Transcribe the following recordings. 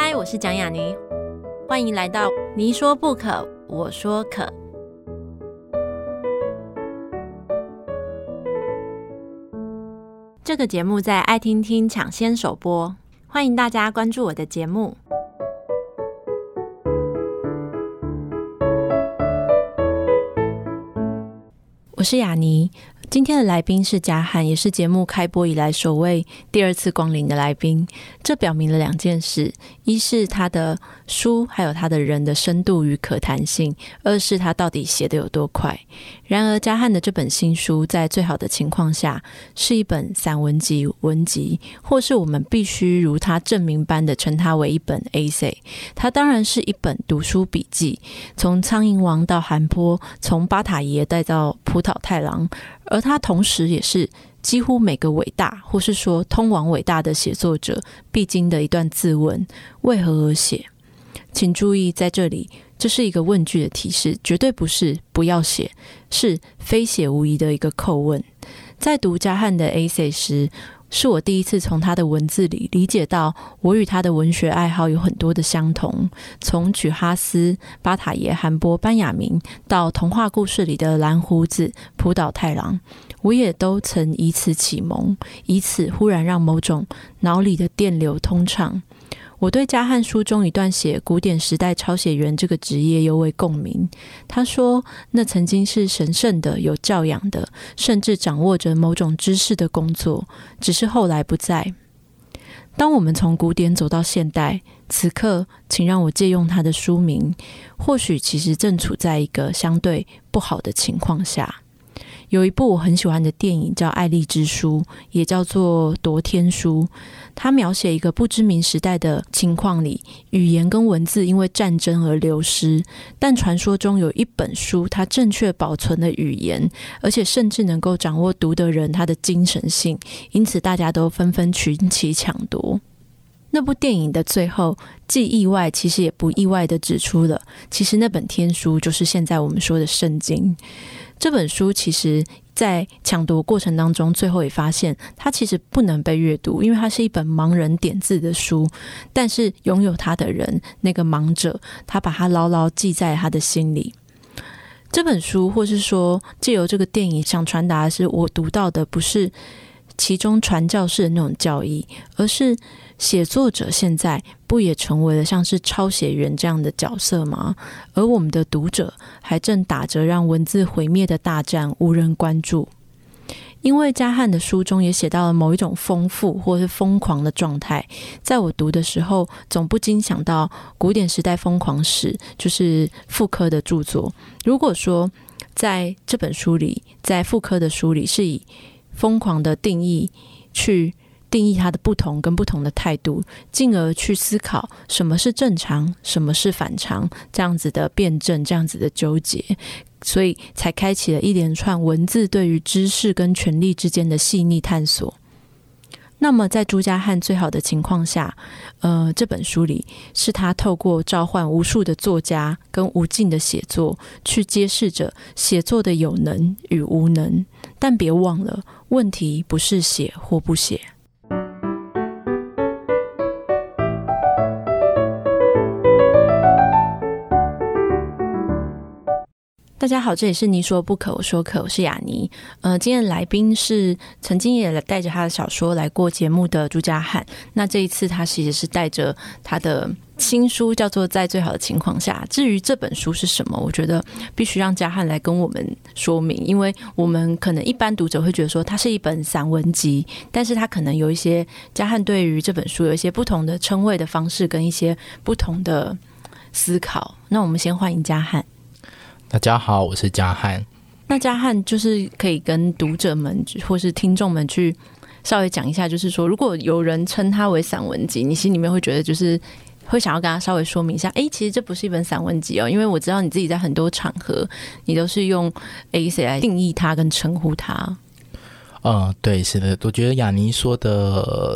嗨，我是蒋雅妮，欢迎来到你说不可，我说可。这个节目在爱听听抢先首播，欢迎大家关注我的节目。我是雅妮，今天的来宾是嘉汉，也是节目开播以来首位第二次光临的来宾。这表明了两件事：一是他的书还有他的人的深度与可谈性，二是他到底写得有多快。然而嘉汉的这本新书在最好的情况下是一本散文集、文集，或是我们必须如他证明般的称它为一本 essay。 它当然是一本读书笔记，从苍蝇王到韩坡，从巴塔耶带到浦岛太郎，而它同时也是几乎每个伟大或是说通往伟大的写作者必经的一段自问：为何而写？请注意，在这里这是一个问句的提示，绝对不是不要写，是非写无疑的一个叩问。在读嘉汉的 essay 时，是我第一次从他的文字里理解到我与他的文学爱好有很多的相同，从举哈斯、巴塔耶、韩波、班雅明到童话故事里的蓝胡子、浦岛太郎，我也都曾以此启蒙，以此忽然让某种脑里的电流通畅。我对嘉汉书中一段写古典时代抄写员这个职业尤为共鸣。他说，那曾经是神圣的、有教养的，甚至掌握着某种知识的工作，只是后来不在。当我们从古典走到现代，此刻请让我借用他的书名，或许其实正处在一个相对不好的情况下。有一部我很喜欢的电影叫《爱丽之书》，也叫做《夺天书》。它描写一个不知名时代的情况里，语言跟文字因为战争而流失，但传说中有一本书，它正确保存了语言，而且甚至能够掌握读的人他的精神性，因此大家都纷纷群起抢夺。那部电影的最后，既意外其实也不意外地指出了，其实那本天书就是现在我们说的圣经。这本书其实在抢夺过程当中，最后也发现它其实不能被阅读，因为它是一本盲人点字的书，但是拥有它的人，那个盲者，他把它牢牢记在他的心里。这本书或是说藉由这个电影想传达的是，我读到的不是其中传教士的那种教义，而是写作者现在不也成为了像是抄写员这样的角色吗？而我们的读者还正打着让文字毁灭的大战，无人关注。因为嘉汉的书中也写到了某一种丰富或是疯狂的状态，在我读的时候总不禁想到古典时代疯狂史，就是傅柯的著作。如果说在这本书里，在傅柯的书里是以疯狂的定义去定义它的不同跟不同的态度，进而去思考什么是正常，什么是反常，这样子的辩证，这样子的纠结，所以才开启了一连串文字对于知识跟权力之间的细腻探索。那么在朱嘉汉最好的情况下，这本书里是他透过召唤无数的作家跟无尽的写作，去揭示着写作的有能与无能。但别忘了，问题不是写或不写。大家好，这里是你说不可我说可，我是雅妮。今天的来宾是曾经也带着他的小说来过节目的朱嘉汉。那这一次他其实是带着他的新书叫做《在最好的情况下》。至于这本书是什么，我觉得必须让嘉汉来跟我们说明，因为我们可能一般读者会觉得说它是一本散文集，但是他可能有一些嘉汉对于这本书有一些不同的称谓的方式跟一些不同的思考。那我们先欢迎嘉汉。 大家好，我是嘉汉。 那嘉汉就是可以跟读者们或是听众们去稍微讲一下，就是说如果有人称它为散文集，你心里面会觉得就是会想要跟他稍微说明一下，其实这不是一本散文集哦，因为我知道你自己在很多场合你都是用 essay 来定义它跟称呼它。 对，是的，我觉得雅妮说的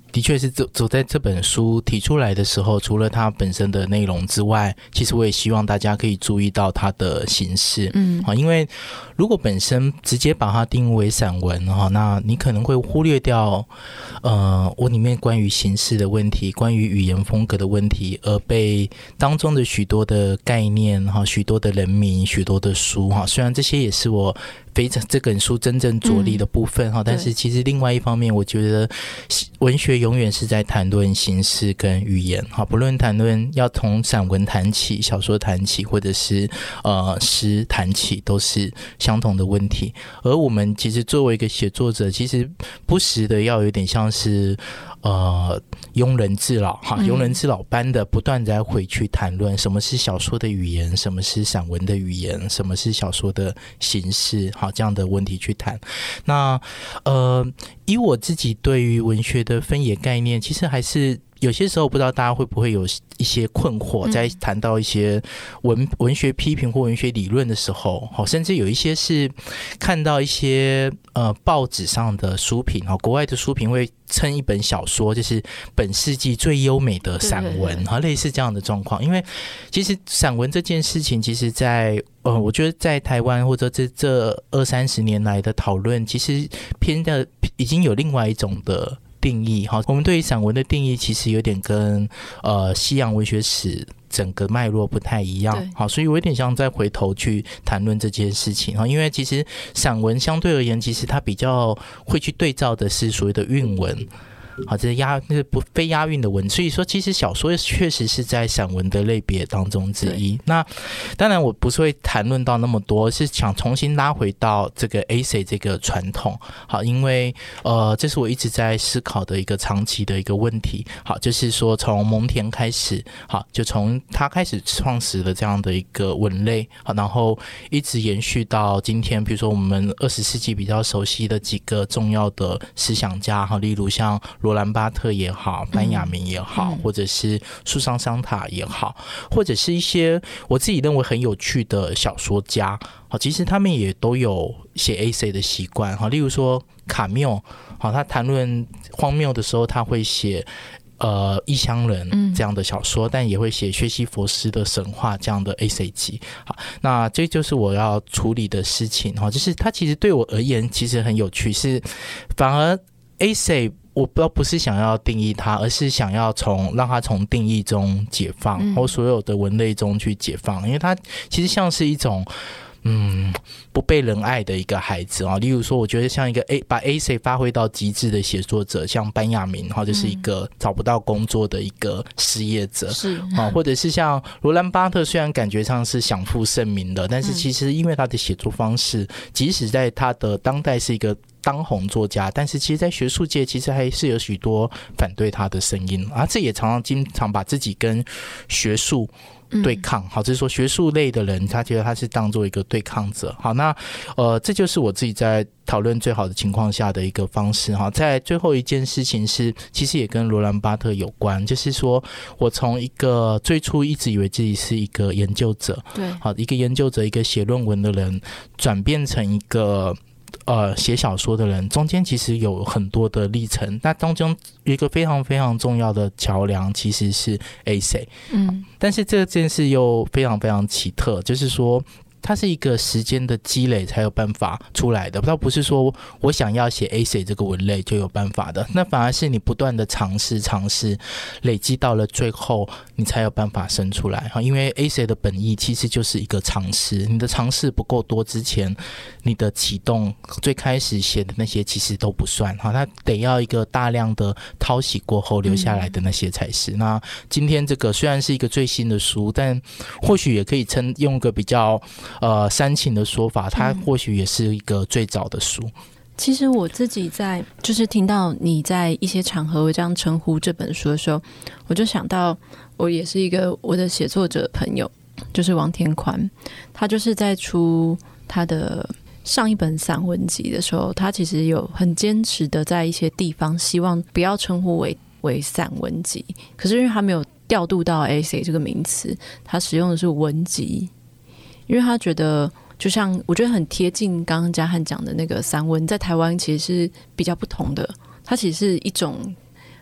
的确是走在这本书提出来的时候，除了它本身的内容之外，其实我也希望大家可以注意到它的形式。因为如果本身直接把它定义为散文，那你可能会忽略掉我里面关于形式的问题，关于语言风格的问题，而被当中的许多的概念，许多的人名，许多的书，虽然这些也是我这本书真正着力的部分，但是其实另外一方面，我觉得文学永远是在谈论形式跟语言，不论谈论要从散文谈起，小说谈起，或者是诗谈起，都是相同的问题。而我们其实作为一个写作者，其实不时的要有点像是庸人自扰庸人自扰般的不断在回去谈论什么是小说的语言，什么是散文的语言，什么是小说的形式，这样的问题去谈。那以我自己对于文学的分野概念，其实还是有些时候不知道大家会不会有一些困惑，在谈到一些文学批评或文学理论的时候，甚至有一些是看到一些报纸上的书评，国外的书评会称一本小说就是本世纪最优美的散文，类似这样的状况。因为其实散文这件事情，其实在我觉得在台湾或者这20-30年来的讨论，其实偏的已经有另外一种的定义。我们对于散文的定义其实有点跟西洋文学史整个脉络不太一样，所以我有点像再回头去谈论这件事情。因为其实散文相对而言，其实它比较会去对照的是所谓的韵文，这是非押韵的文，所以说其实小说确实是在散文的类别当中之一。那当然我不是会谈论到那么多，是想重新拉回到这个 essay 这个传统。因为这是我一直在思考的一个长期的一个问题。就是说从蒙田开始，就从他开始创始了这样的一个文类，然后一直延续到今天，比如说我们20世纪比较熟悉的几个重要的思想家，例如像罗兰巴特也好，班雅明也好，或者是树桑桑塔也好，或者是一些我自己认为很有趣的小说家，其实他们也都有写 essay 的习惯。例如说卡缪，他谈论荒谬的时候，他会写异乡人这样的小说，但也会写薛西弗斯的神话这样的 essay 集。那这就是我要处理的事情，就是它其实对我而言其实很有趣，是反而 essay我不是想要定义它，而是想要让它从定义中解放，或所有的文类中去解放。因为它其实像是一种不被人爱的一个孩子。例如说我觉得像一个把 essay 发挥到极致的写作者，像班雅明，就是一个找不到工作的一个失业者，或者是像罗兰巴特，虽然感觉上是享负盛名的，但是其实因为他的写作方式，即使在他的当代是一个当红作家，但是其实在学术界其实还是有许多反对他的声音，这也经常把自己跟学术对抗。就是说学术类的人他觉得他是当做一个对抗者。那这就是我自己在讨论最好的情况下的一个方式。在最后一件事情是其实也跟罗兰巴特有关，就是说我从一个最初一直以为自己是一个研究者，对，一个研究者，一个写论文的人，转变成一个写小说的人，中间其实有很多的历程。那当中有一个非常非常重要的桥梁其实是 essay。但是这件事又非常非常奇特，就是说它是一个时间的积累才有办法出来的，它不是说我想要写 essay 这个文类就有办法的，那反而是你不断的尝试累积到了最后你才有办法生出来。因为 essay 的本意其实就是一个尝试，你的尝试不够多之前，你的启动最开始写的那些其实都不算，它得要一个大量的淘洗过后留下来的那些才是。那今天这个虽然是一个最新的书，但或许也可以用个比较煽情的说法，它或许也是一个最早的书。 其实我自己就是听到你在一些场合会这样称呼这本书的时候，我就想到我也是一个我的写作者朋友，就是王天宽，他就是在出他的上一本散文集的时候，他其实有很坚持的在一些地方希望不要称呼为散文集，可是因为他没有调度到 essay 这个名词，他使用的是文集，因为他觉得就像我觉得很贴近刚刚嘉汉讲的那个散文在台湾其实是比较不同的，它其实是一种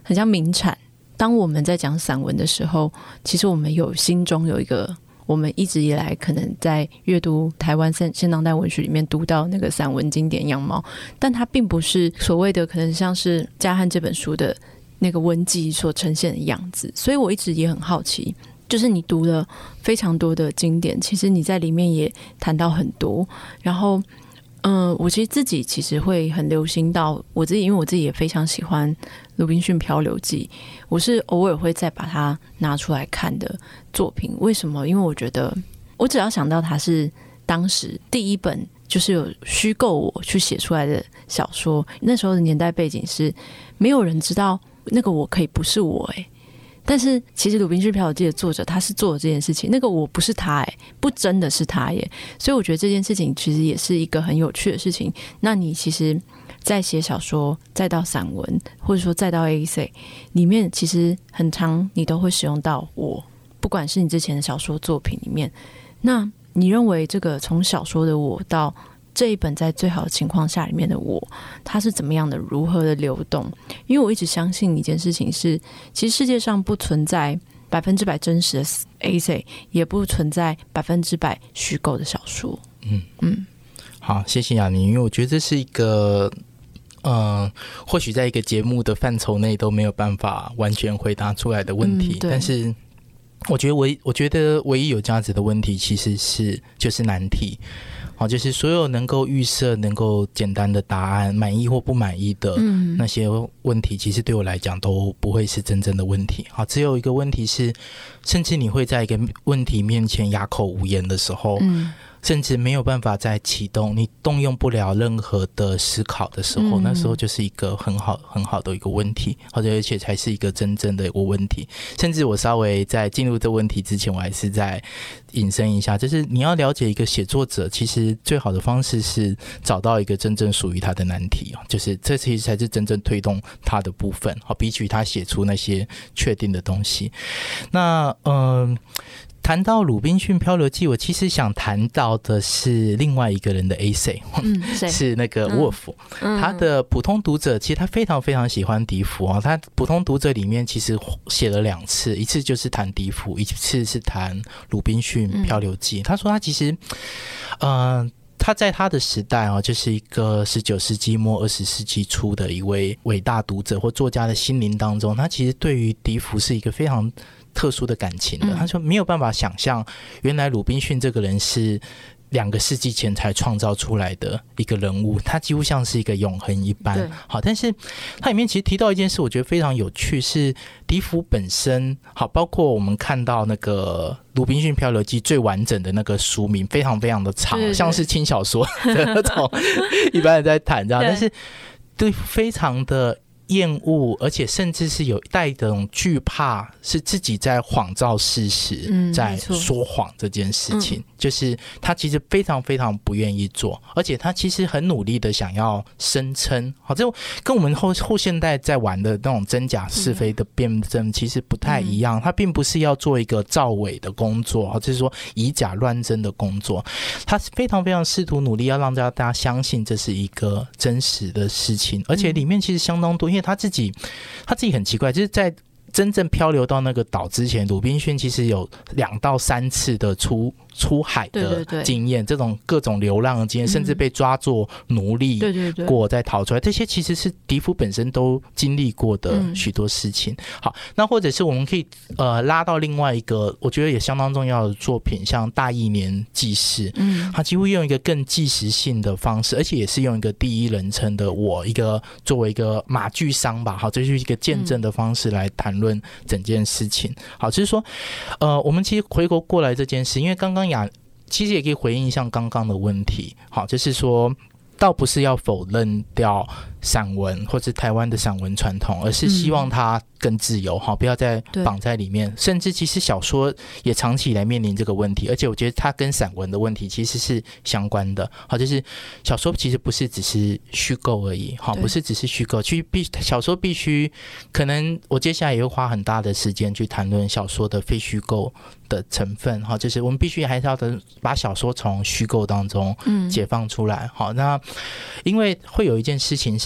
很像名产。当我们在讲散文的时候，其实我们心中有一个我们一直以来可能在阅读台湾现当代文学里面读到那个散文经典样貌，但它并不是所谓的可能像是嘉汉这本书的那个文集所呈现的样子。所以我一直也很好奇，就是你读了非常多的经典，其实你在里面也谈到很多，然后我其实自己其实会很留心到我自己，因为我自己也非常喜欢鲁滨逊漂流记，我是偶尔会再把它拿出来看的作品。为什么？因为我觉得我只要想到它是当时第一本就是有虚构我去写出来的小说，那时候的年代背景是没有人知道那个我可以不是我但是其实鲁滨逊漂流记的作者他是做了这件事情，那个我不是他不真的是他所以我觉得这件事情其实也是一个很有趣的事情。那你其实在写小说再到散文或者说再到 essay 里面，其实很常你都会使用到我，不管是你之前的小说作品里面。那你认为这个从小说的我到这一本在最好的情况下里面的我，它是怎么样的，如何的流动？因为我一直相信一件事情是，其实世界上不存在100%真实的 essay， 也不存在100%虚构的小说。 好，谢谢雅妮，因为我觉得这是一个或许在一个节目的范畴内都没有办法完全回答出来的问题，但是我觉得唯一有价值的问题其实就是难题。就是所有能够预设、能够简单的答案，满意或不满意的那些问题，其实对我来讲都不会是真正的问题。只有一个问题是，甚至你会在一个问题面前哑口无言的时候，甚至没有办法再启动，你动用不了任何的思考的时候，那时候就是一个很好的一个问题，而且才是一个真正的一个问题。甚至我稍微在进入这问题之前，我还是在引申一下，就是你要了解一个写作者，其实最好的方式是找到一个真正属于他的难题，就是这其实才是真正推动他的部分，比起他写出那些确定的东西。那谈到鲁滨逊漂流记，我其实想谈到的是另外一个人的 essay，是那个沃夫。他的普通读者其实他非常非常喜欢笛福他普通读者里面其实写了2次，一次就是谈笛福，一次是谈鲁滨逊漂流记。他说他其实他在他的时代就是一个19世纪末20世纪初的一位伟大读者或作家的心灵当中，他其实对于笛福是一个非常特殊的感情的。他说没有办法想象原来鲁滨逊这个人是2个世纪前才创造出来的一个人物，他几乎像是一个永恒一般。好，但是他里面其实提到一件事我觉得非常有趣，是笛福本身，好，包括我们看到那个鲁滨逊漂流记最完整的那个书名非常非常的长，像是轻小说的那种一般人在谈这样，但是对非常的厌恶，而且甚至是有带这种惧怕，是自己在谎造事实，在说谎这件事情，就是他其实非常非常不愿意做，而且他其实很努力的想要声称，好，这跟我们后现代在玩的那种真假是非的辩证其实不太一样，他并不是要做一个造伪的工作，就是说以假乱真的工作，他非常非常试图努力要让大家相信这是一个真实的事情，而且里面其实相当多，因为他自己很奇怪，就是在真正漂流到那个岛之前，鲁滨逊其实有2到3次的出海的经验，这种各种流浪的经验，甚至被抓做奴隶过再逃出来，这些其实是笛福本身都经历过的许多事情。好，那或者是我们可以拉到另外一个我觉得也相当重要的作品，像大义年记事，他几乎用一个更纪实性的方式，而且也是用一个第一人称的我，一个作为一个马具商吧，好，这就是一个见证的方式来谈论整件事情。好，就是说我们其实回头过来这件事，因为刚刚其实也可以回应一下刚刚的问题，好，就是说倒不是要否认掉散文或是台湾的散文传统，而是希望它更自由，不要再绑在里面，甚至其实小说也长期以来面临这个问题，而且我觉得它跟散文的问题其实是相关的，就是小说其实不是只是虚构而已，不是只是虚构，小说必须，可能我接下来也会花很大的时间去谈论小说的非虚构的成分，就是我们必须还是要把小说从虚构当中解放出来。好，那因为会有一件事情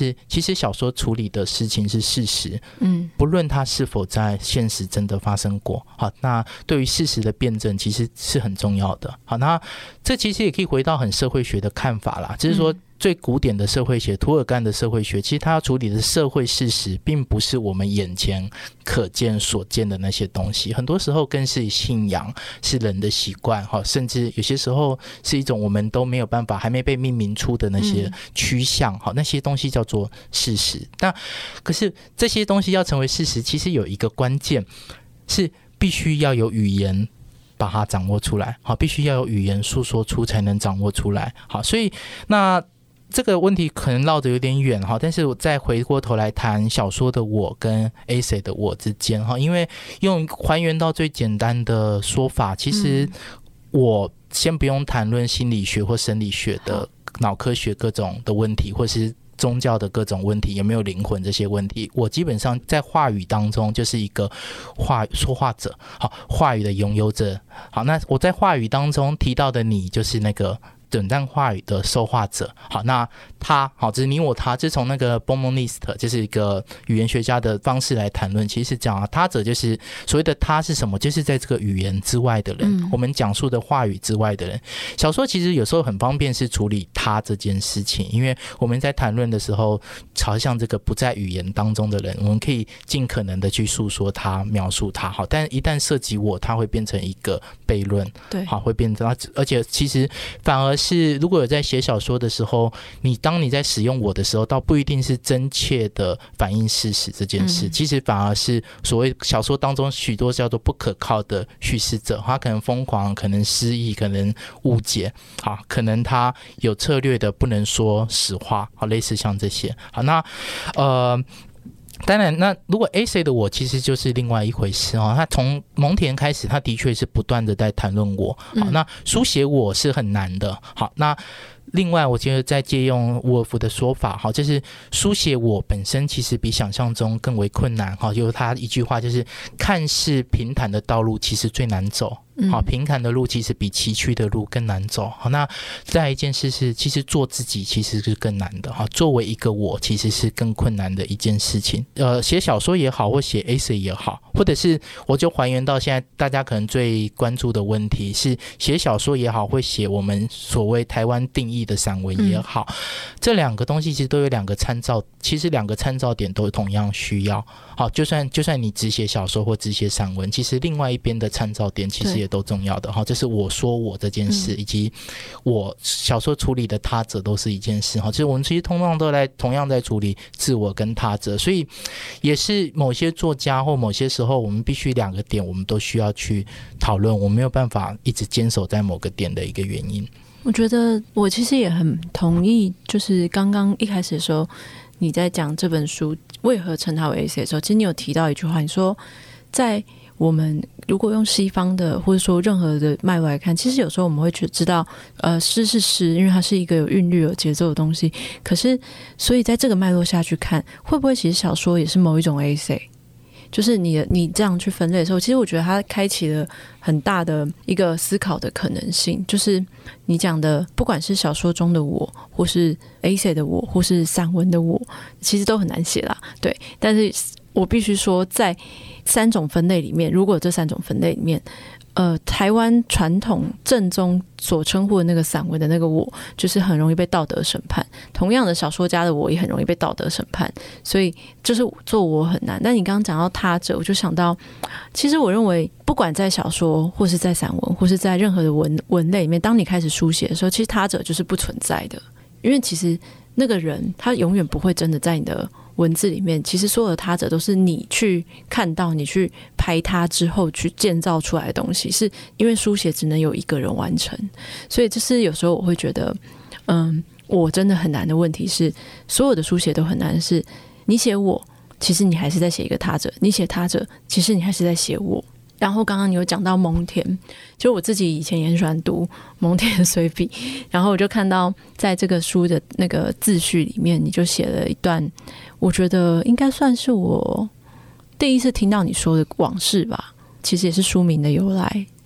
是其实小说处理的事情是事实，不论它是否在现实真的发生过。好，那对于事实的辩证其实是很重要的。好，那这其实也可以回到很社会学的看法啦，就是说最古典的社会学，涂尔干的社会学，其实他要处理的社会事实，并不是我们眼前可见所见的那些东西，很多时候更是信仰，是人的习惯，甚至有些时候是一种我们都没有办法还没被命名出的那些趋向，那些东西叫做事实。但可是这些东西要成为事实，其实有一个关键是必须要有语言把它掌握出来，好，必须要有语言诉说出才能掌握出来。好，所以那这个问题可能绕得有点远，但是我再回过头来谈小说的我跟 essay 的我之间，因为用还原到最简单的说法，其实我先不用谈论心理学或生理学的脑科学各种的问题，或是宗教的各种问题，有没有灵魂这些问题，我基本上在话语当中就是一个说话者，好，话语的拥有者。好，那我在话语当中提到的你，就是那个短暂话语的受话者。好，那他，好，这是你我他，这从那个 Beaumonist 就是一个语言学家的方式来谈论，其实是这样，他者就是所谓的他是什么，就是在这个语言之外的人，我们讲述的话语之外的人。小说其实有时候很方便是处理他这件事情，因为我们在谈论的时候朝向这个不在语言当中的人，我们可以尽可能的去诉说他，描述他。好，但一旦涉及我，他会变成一个悖论，对，好，会变成，而且其实反而是如果有在写小说的时候，当你在使用我的时候，倒不一定是真切的反映事实这件事，其实反而是所谓小说当中许多叫做不可靠的叙事者，他可能疯狂，可能失忆，可能误解，好，可能他有策略的不能说实话，好，类似像这些。好，那当然，那如果 essay 的我其实就是另外一回事，他从蒙田开始，他的确是不断的在谈论我。好，那书写我是很难的。好，那另外我觉得在借用沃尔夫的说法，好，就是书写我本身其实比想象中更为困难。好，就是他一句话，就是看似平坦的道路其实最难走。好，平坦的路其实比崎岖的路更难走。好，那再来一件事是，其实做自己其实是更难的。好，作为一个我其实是更困难的一件事情。写小说也好，或写 essay 也好，或者是我就还原到现在大家可能最关注的问题是，写小说也好，或写我们所谓台湾定义的散文也好，这两个东西其实都有两个参照，其实两个参照点都同样需要。好，就算你只写小说或只写散文，其实另外一边的参照点其实也都重要的。好，这是我说我这件事，以及我小说处理的他者都是一件事。好，其实我们其实同样在处理自我跟他者，所以也是某些作家或某些时候我们必须两个点我们都需要去讨论，我没有办法一直坚守在某个点的一个原因。 我觉得我其实也很同意，就是刚刚一开始的时候你在讲这本书为何称它为 essay 的时候，其实你有提到一句话，你说在我们如果用西方的或者说任何的脉络来看，其实有时候我们会知道诗是诗，因为它是一个有韵律有节奏的东西，可是所以在这个脉络下去看，会不会其实小说也是某一种 essay，就是你这样去分类的时候，其实我觉得它开启了很大的一个思考的可能性，就是你讲的不管是小说中的我，或是 essay 的我，或是散文的我，其实都很难写啦，对，但是我必须说在三种分类里面，如果这三种分类里面台湾传统正宗所称呼的那个散文的那个我，就是很容易被道德审判，同样的小说家的我也很容易被道德审判，所以就是做我很难。但你刚刚讲到他者，我就想到其实我认为不管在小说或是在散文或是在任何的文类里面，当你开始书写的时候，其实他者就是不存在的，因为其实那个人他永远不会真的在你的文字里面，其实所有的他者都是你去看到，你去拍他之后去建造出来的东西，是因为书写只能有一个人完成，所以这是有时候我会觉得我真的很难的问题是，所有的书写都很难，是你写我，其实你还是在写一个他者，你写他者，其实你还是在写我。然后刚刚你有讲到蒙田，就我自己以前也很喜欢读蒙田的随笔，然后我就看到在这个书的那个自序里面，你就写了一段，我觉得应该算是我第一次听到你说的往事吧，其实也是书名的由来。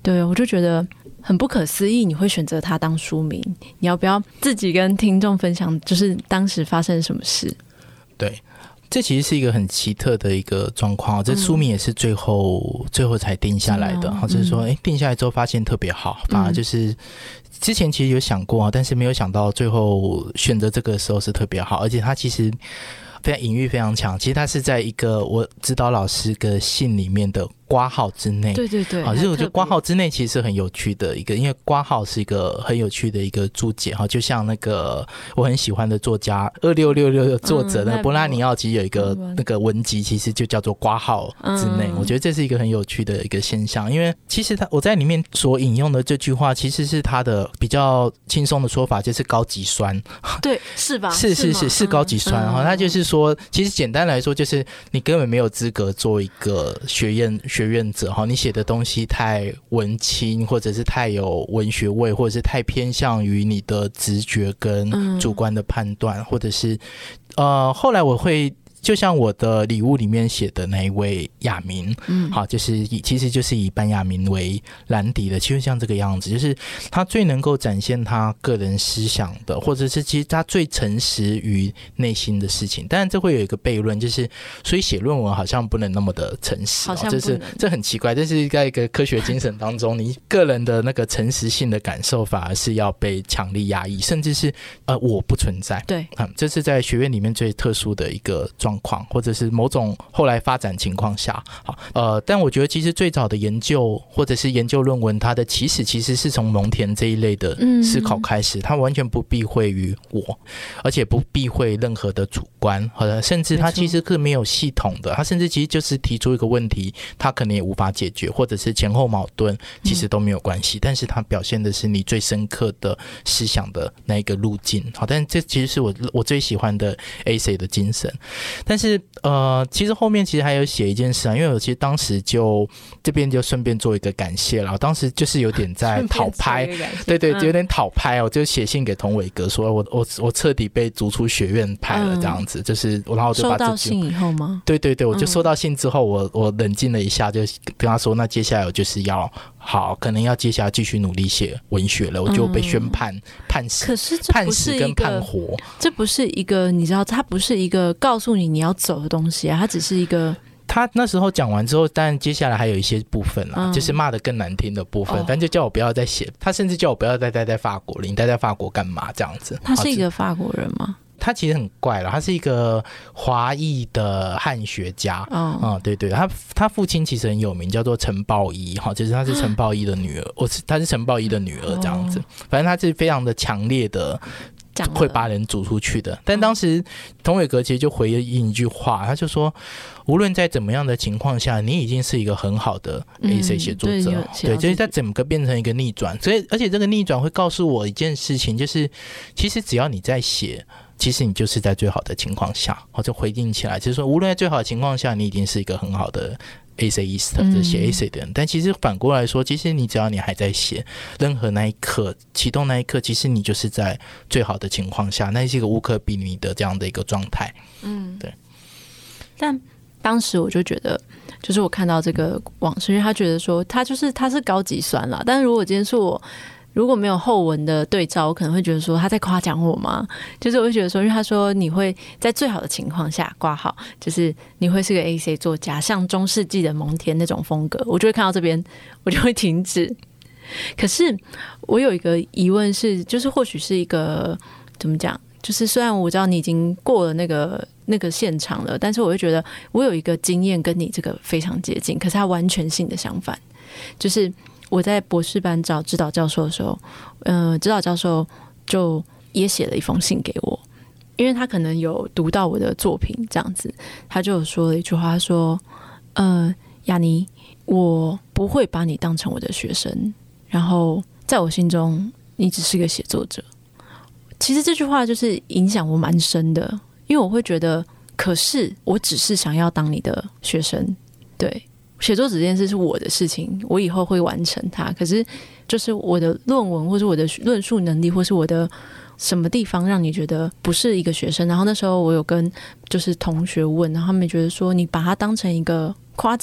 对，我就觉得很不可思议，你会选择它当书名。你要不要自己跟听众分享，就是当时发生什么事？ 对，这其实是一个很奇特的一个状况，这书名也是最后才定下来的，就是说定下来之后发现特别好，反而就是之前其实有想过，但是没有想到最后选择这个时候是特别好，而且它其实非常隐喻非常强，其实它是在一个我指导老师的信里面的括号之内。 对对对， 就是我觉得括号之内其实是很有趣的一个，因为括号是一个很有趣的一个注解，就像那个我很喜欢的作家2666的作者那个波拉尼奥，其实有一个那个文集其实就叫做括号之内，我觉得这是一个很有趣的一个现象，因为其实我在里面所引用的这句话其实是他的比较轻松的说法，就是高级酸。 对，是吧？ 是高级酸，他就是说其实简单来说就是你根本没有资格做一个学院者，你写的东西太文青，或者是太有文学味，或者是太偏向于你的直觉跟主观的判断，或者是后来我会就像我的礼物里面写的那一位亚明，好，就是其实就是以班亚明为兰迪的，其实像这个样子，就是他最能够展现他个人思想的，或者是其实他最诚实于内心的事情。当然这会有一个悖论，就是所以写论文好像不能那么的诚实， 好像不能， 这很奇怪，这是在一个科学精神当中，你个人的那个诚实性的感受反而是要被强力压抑，甚至是我不存在。 对， 这是在学院里面最特殊的一个状况，或者是某种后来发展情况下，但我觉得其实最早的研究或者是研究论文，它的起始其实是从蒙田这一类的思考开始，它完全不避讳于我，而且不避讳任何的主观，甚至它其实是没有系统的，它甚至其实就是提出一个问题，它可能也无法解决，或者是前后矛盾，其实都没有关系，但是它表现的是你最深刻的思想的那一个路径。好，但这其实是我最喜欢的 essay 的精神。但是其实后面其实还有写一件事因为我其实当时就这边就顺便做一个感谢啦，我当时就是有点在讨拍，对，有点讨拍，我就写信给童伟格说我彻底被逐出学院派了这样子，就是然后我就把收到信以后吗？ 对，我就收到信之后，我冷静了一下，就跟他说那接下来我就是要可能要接下来继续努力写文学了，我就被宣判死， 可是这不是一个判活， 这不是一个你知道，它不是一个告诉你要走的东西啊，它只是一个。 他那时候讲完之后，但接下来还有一些部分啦，就是骂得更难听的部分，但就叫我不要再写，他甚至叫我不要再待在法国了，你待在法国干嘛这样子？ 他是一个法国人吗？ 他其实很怪了，他是一个华裔的汉学家，对，他父亲其实很有名，叫做陈抱一，就是他是陈抱一的女儿，他是陈抱一的女儿这样子，反正他是非常的强烈的。会把人逐出去的，但当时童伟格其实就回应一句话，他就说无论在怎么样的情况下，你已经是一个很好的 essay 写作者，对，就是在整个变成一个逆转，所以而且这个逆转会告诉我一件事情，就是其实只要你在写，其实你就是在最好的情况下，就回应起来，就是说无论在最好的情况下，你已经是一个很好的essayist， 就是写 essay 的人，但其实反过来说，其实你只要你还在写，任何那一刻启动那一刻，其实你就是在最好的情况下，那是一个无可比拟的这样的一个状态。对。 但当时我就觉得，就是我看到这个往事，因为他觉得说他是高级酸啦，但是如果今天是我。如果没有后文的对照，我可能会觉得说他在夸奖我吗？就是我会觉得说，因为他说你会在最好的情况下挂号，就是你会是个 essay 作家，像中世纪的蒙田那种风格，我就会看到这边，我就会停止。可是我有一个疑问是，就是或许是一个怎么讲？就是虽然我知道你已经过了那个现场了，但是我会觉得我有一个经验跟你这个非常接近，可是它完全性的相反，就是我在博士班找指导教授的时候，指导教授就也写了一封信给我，因为他可能有读到我的作品这样子，他就有说了一句话，他说雅妮，我不会把你当成我的学生，然后在我心中你只是个写作者。其实这句话就是影响我蛮深的，因为我会觉得可是我只是想要当你的学生，对，写作者这件事是我的事情，我以后会完成它，可是就是我的论文或是我的论述能力或是我的什么地方让你觉得不是一个学生。然后那时候我有跟就是同学问，然后他们觉得说你把它当成一个夸奖，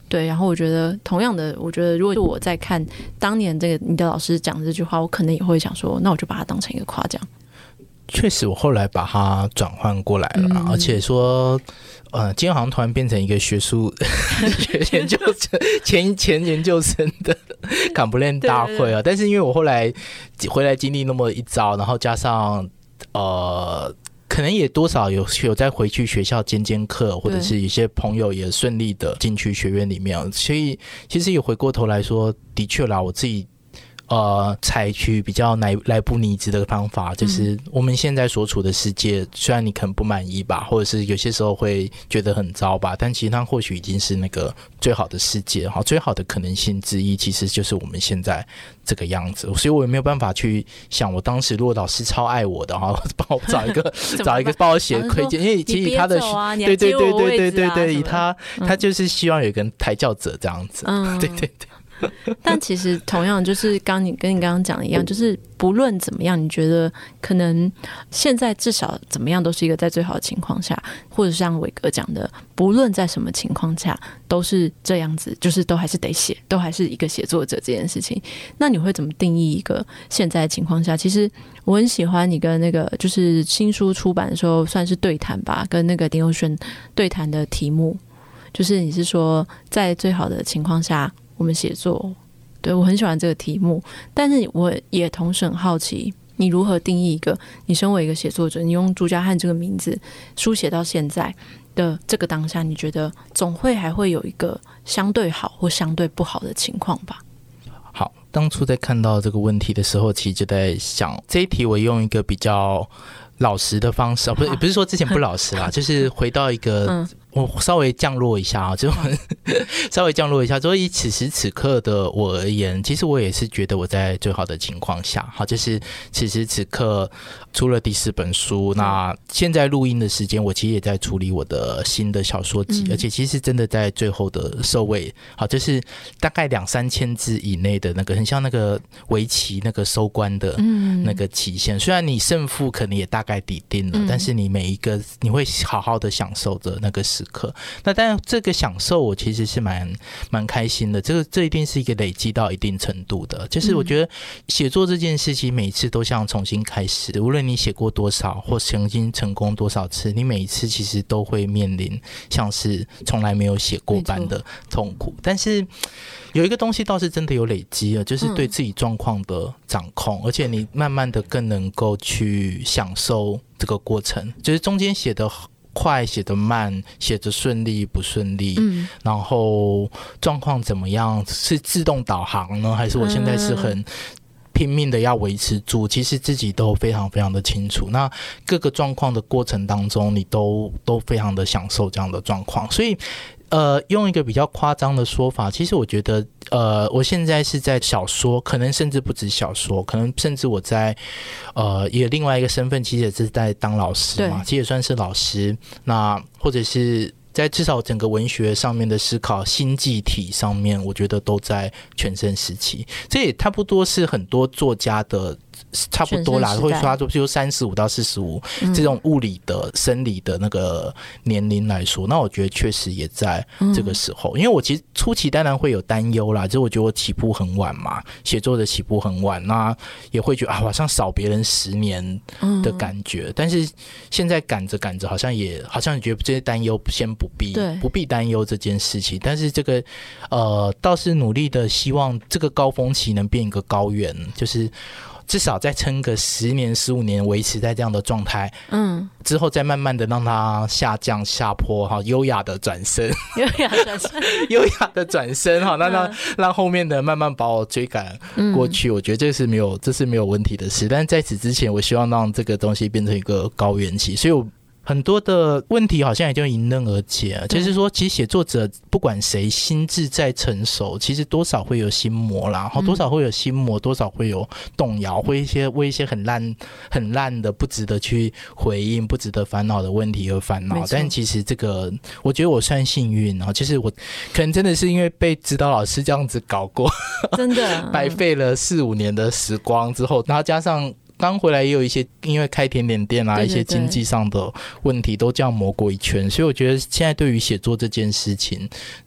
对，然后我觉得同样的，我觉得如果我在看当年这个你的老师讲这句话，我可能也会想说，那我就把它当成一个夸奖。 确实，我后来把它转换过来了，而且说，今天好像突然变成一个学术研究生前研究生的complain大会啊。但是因为我后来回来经历那么一遭，然后加上可能也多少有再回去学校兼课，或者是有些朋友也顺利的进去学院里面，所以其实也回过头来说，的确啦，我自己采取比较莱布尼兹的方法，就是我们现在所处的世界，虽然你可能不满意吧，或者是有些时候会觉得很糟吧，但其实它或许已经是那个最好的世界，最好的可能性之一，其实就是我们现在这个样子。所以我也没有办法去想，我当时如果老师超爱我的话，帮我找一个帮我写推荐，因为其实他的对，他就是希望有一个抬轿者这样子，对。 但其实同样就是跟你刚刚讲的一样，就是不论怎么样，你觉得可能现在至少怎么样都是一个在最好的情况下，或者像伟哥讲的，不论在什么情况下都是这样子，就是都还是得写，都还是一个写作者这件事情。那你会怎么定义一个现在的情况下？其实我很喜欢你跟那个就是新书出版的时候算是对谈吧，跟那个丁佑轩对谈的题目，就是你是说在最好的情况下我们写作，对，我很喜欢这个题目。但是我也同时很好奇，你如何定义一个你身为一个写作者，你用朱家汉这个名字书写到现在的这个当下，你觉得总会还会有一个相对好或相对不好的情况吧？ 好，当初在看到这个问题的时候，其实就在想这一题我用一个比较老实的方式，不是说之前不老实啦，就是回到一个我稍微降落一下啊，就稍微降落一下。所以以此时此刻的我而言，其实我也是觉得我在最好的情况下，好，就是此时此刻出了第4本书，那现在录音的时间，我其实也在处理我的新的小说集，而且其实真的在最后的收尾，好，就是大概2-3千字以内的那个，很像那个围棋那个收官的那个期限。虽然你胜负可能也大概底定了，但是你每一个你会好好的享受的那个时刻。那但这个享受我其实是蛮开心的，这一定是一个累积到一定程度的。就是我觉得写作这件事情每一次都像重新开始，无论你写过多少或曾经成功多少次，你每一次其实都会面临像是从来没有写过般的痛苦。但是有一个东西倒是真的有累积了，就是对自己状况的掌控，而且你慢慢的更能够去享受这个过程，就是中间写的快写得慢，写得顺利不顺利，然后状况怎么样，是自动导航呢，还是我现在是很拼命的要维持住，其实自己都非常非常的清楚。那各个状况的过程当中，你都非常的享受这样的状况。所以用一个比较夸张的说法，其实我觉得我现在是在小说，可能甚至不止小说，可能甚至我在也另外一个身份，其实也是在当老师嘛，其实也算是老师。那或者是在至少整个文学上面的思考，新纪体上面，我觉得都在全盛时期。这也差不多是很多作家的差不多啦，会说就35到45这种物理的生理的那个年龄来说，那我觉得确实也在这个时候。因为我其实初期当然会有担忧啦，就是我觉得我起步很晚嘛，写作的起步很晚，那也会觉得好像少别人10年的感觉。但是现在赶着好像觉得这些担忧先不必担忧这件事情。但是这个倒是努力的希望这个高峰期能变一个高原，就是至少再撑个10年15年，维持在这样的状态，之后再慢慢的让它下降下坡，优雅的转身优雅的转身，让后面的慢慢把我追赶过去，我觉得这是没有问题的事。但是在此之前，我希望让这个东西变成一个高原期，所以我很多的问题好像也就迎刃而解，就是说其实写作者不管谁心智再成熟，其实多少会有心魔啦，多少会有心魔，多少会有动摇，会为一些很烂的不值得去回应不值得烦恼的问题而烦恼。但其实这个我觉得我算幸运，就是我可能真的是因为被指导老师这样子搞过，真的白费了4-5年的时光之后，然后加上刚回来也有一些因为开甜点店一些经济上的问题都这样磨过一圈，所以我觉得现在对于写作这件事情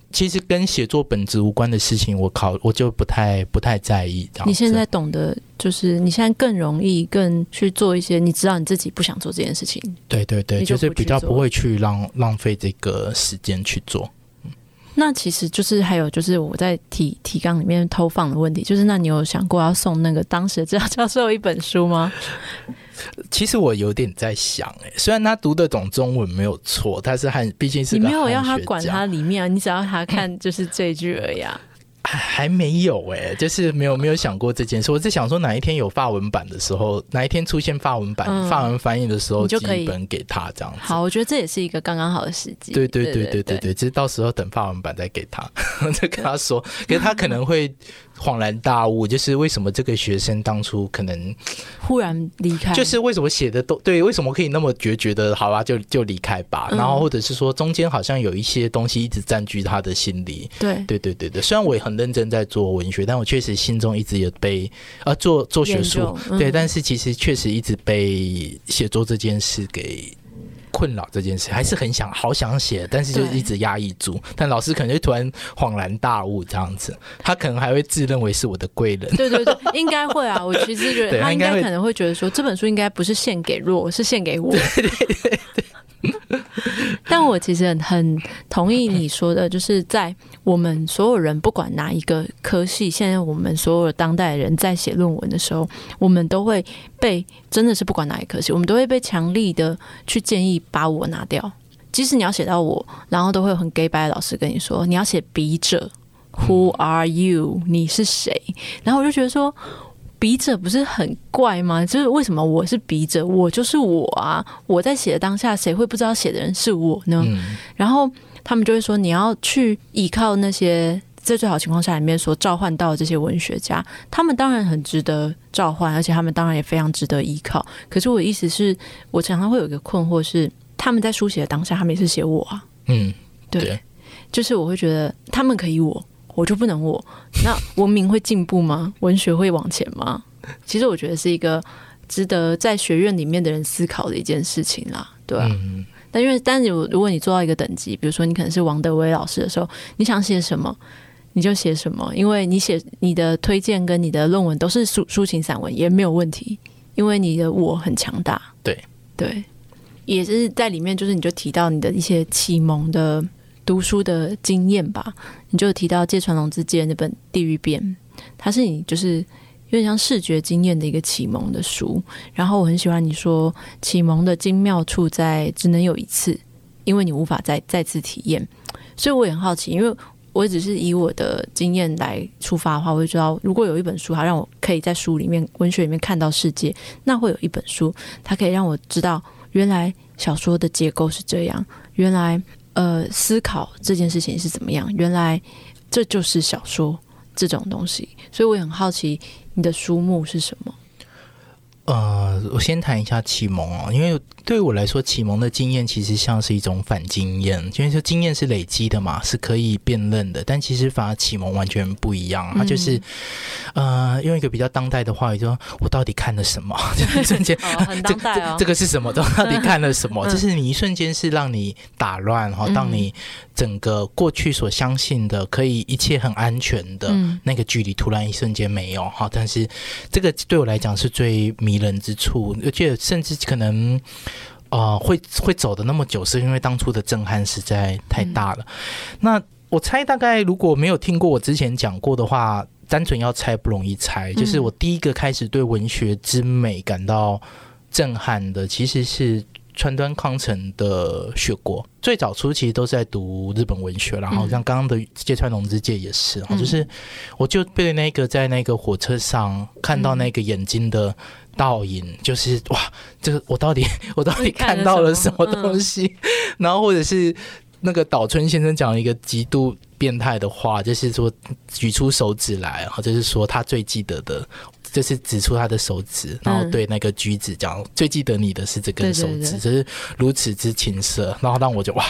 其实跟写作本质无关的事情我就不太在意。 你现在懂得就是你现在更容易更去做一些你知道你自己不想做这件事情。 对对对，就是比较不会去浪费这个时间去做。 那其实就是还有就是我在提纲里面偷放的问题，就是那你有想过要送那个当时的指导教授一本书吗？ 其实我有点在想，虽然他读得懂中文没有错，但是毕竟是个你没有要他管他里面啊，你只要他看就是这一句而已啊。 还没有就是没有想过这件事。我是想说哪一天有法文版的时候，哪一天出现法文版、法文翻译的时候，寄一本给他这样子。 好，我觉得这也是一个刚刚好的时机。 对对对对对对，就是到时候等法文版再给他，再跟他说，可是他可能会恍然大悟，就是为什么这个学生当初可能忽然离开， 就是为什么写的都对，为什么可以那么决绝的，好吧，就离开吧。然后或者是说中间好像有一些东西一直占据他的心里。 对对对对对，虽然我也很认真在做文学，但我确实心中一直也被做学术，对，但是其实确实一直被写作这件事给困扰。这件事还是好想写，但是就一直压抑住。但老师可能就突然恍然大悟这样子，他可能还会自认为是我的贵人。 对对对，应该会啊。我其实觉得他应该可能会觉得说，这本书应该不是献给若，是献给我。 对对对对。 但我其实很同意你说的，就是在我们所有人不管哪一个科系，现在我们所有的当代人在写论文的时候，我们都会被真的是不管哪一科系，我们都会被强力的去建议把我拿掉。即使你要写到我，然后都会有很 gay bye 的老师跟你说你要写笔者 Who are you？ 你是谁？然后我就觉得说笔者不是很怪吗？就是为什么我是笔者，我就是我啊！我在写的当下，谁会不知道写的人是我呢？然后他们就会说，你要去依靠那些在最好情况下里面所召唤到的这些文学家，他们当然很值得召唤，而且他们当然也非常值得依靠。可是我的意思是，我常常会有一个困惑是，他们在书写的当下，他们也是写我啊。对，就是我会觉得他们可以我就不能我，那文明会进步吗？文学会往前吗？其实我觉得是一个值得在学院里面的人思考的一件事情啦，对啊。但如果你做到一个等级，比如说你可能是王德威老师的时候，你想写什么你就写什么，因为你的推荐跟你的论文都是抒情散文也没有问题，因为你的我很强大。 对对，也是在里面，就是你就提到你的一些启蒙的读书的经验吧，你就提到芥川龙之介那本《地狱变》，它是你就是有点像视觉经验的一个启蒙的书。然后我很喜欢你说，启蒙的精妙处在只能有一次，因为你无法再次体验。所以我也很好奇，因为我只是以我的经验来出发的话，我会知道，如果有一本书它让我可以在书里面文学里面看到世界，那会有一本书它可以让我知道，原来小说的结构是这样，原来思考这件事情是怎么样，原来这就是小说这种东西。所以我也很好奇你的书目是什么。 我先谈一下启蒙因为对我来说，启蒙的经验其实像是一种反经验，因为说经验是累积的嘛，是可以辨认的，但其实反而启蒙完全不一样。它就是用一个比较当代的话语说，我到底看了什么？一瞬间很当代这个是什么？到底看了什么？就是你一瞬间是让你打乱当你整个过去所相信的可以一切很安全的那个距离，突然一瞬间没有但是这个对我来讲是最迷人之处，而且甚至可能会走的那么久，是因为当初的震撼实在太大了。那我猜大概如果没有听过我之前讲过的话，单纯要猜不容易猜。就是我第一个开始对文学之美感到震撼的，其实是川端康成的《雪国》。最早初期都是在读日本文学，然后像刚刚的芥川龙之介也是，就是我就被那个在那个火车上看到那个眼睛的倒影，就是哇，这个我到底看到了什么东西？然后或者是那个岛村先生讲了一个极度变态的话，就是说举出手指来，就是说他最记得的，就是指出他的手指，然后对那个橘子讲，最记得你的是这根手指，就是如此之情色，然后让我就哇